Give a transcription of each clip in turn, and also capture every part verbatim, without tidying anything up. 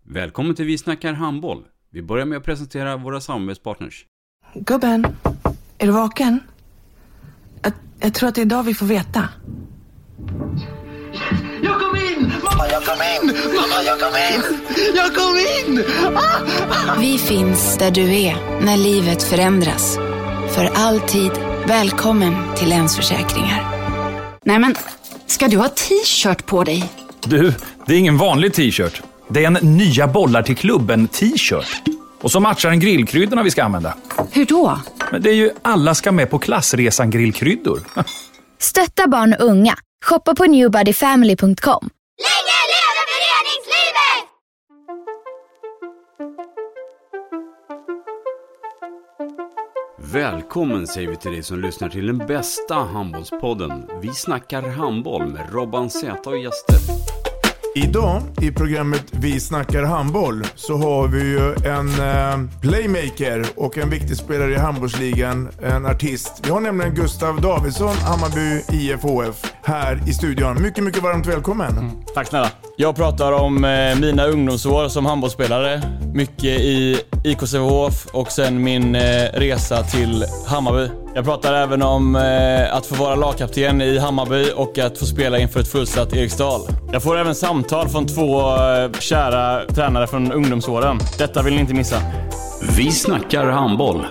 Välkommen till Vi snackar handboll. Vi börjar med att presentera våra samarbetspartners. Gubben, är du vaken? Jag, jag tror att det är idag vi får veta. Jag kom in! Mamma, jag kom in! Mamma, jag kom in! Jag kom in! Ah! Vi finns där du är när livet förändras. För alltid välkommen till Länsförsäkringar. Nej men, ska du ha t-shirt på dig? Du, det är ingen vanlig t-shirt. Det är en nya bollar till klubben t-shirt. Och så matchar den grillkryddorna vi ska använda. Hur då? Men det är ju alla ska med på klassresan grillkryddor. Stötta barn och unga. Shoppa på new body family punkt com. Länge leve föreningslivet! Välkommen säger vi till dig som lyssnar till den bästa handbollspodden. Vi snackar handboll med Robban Zäta och gäster. Idag i programmet Vi snackar handboll så har vi ju en eh, playmaker och en viktig spelare i handbollsligan, en artist. Vi har nämligen Gustav Davidsson, Hammarby I F H F, här i studion. Mycket, mycket varmt välkommen. Mm. Tack snälla. Jag pratar om eh, mina ungdomsår som handbollsspelare, mycket i I K C H F och sen min eh, resa till Hammarby. Jag pratar även om eh, att få vara lagkapten i Hammarby och att få spela inför ett fullsatt Eriksdal. Jag får även samtal från två eh, kära tränare från ungdomsåren. Detta vill ni inte missa. Vi snackar handboll.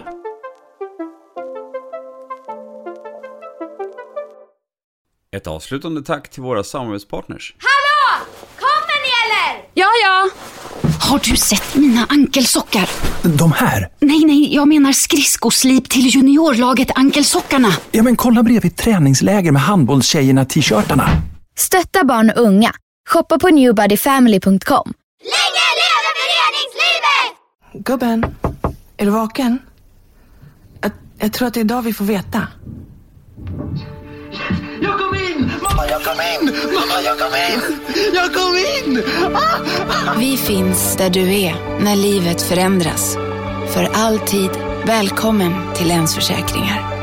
Ett avslutande tack till våra samarbetspartners. Hallå! Kommer ni eller? Ja, ja. Har du sett mina ankelsockar? De här? Nej, nej, jag menar skridskoslip till juniorlaget Ankelsockarna. Ja, men kolla bredvid träningsläger med handbollstjejerna t-shirtarna. Stötta barn och unga. Shoppa på new body family punkt com. Länge leve föreningslivet! Gubben, är du vaken? Jag, jag tror att det är idag vi får veta. Jag kom in! Mamma, jag kom in! Mamma, jag kom in! Jag kom in! Ah! Vi finns där du är när livet förändras. För alltid välkommen till Länsförsäkringar.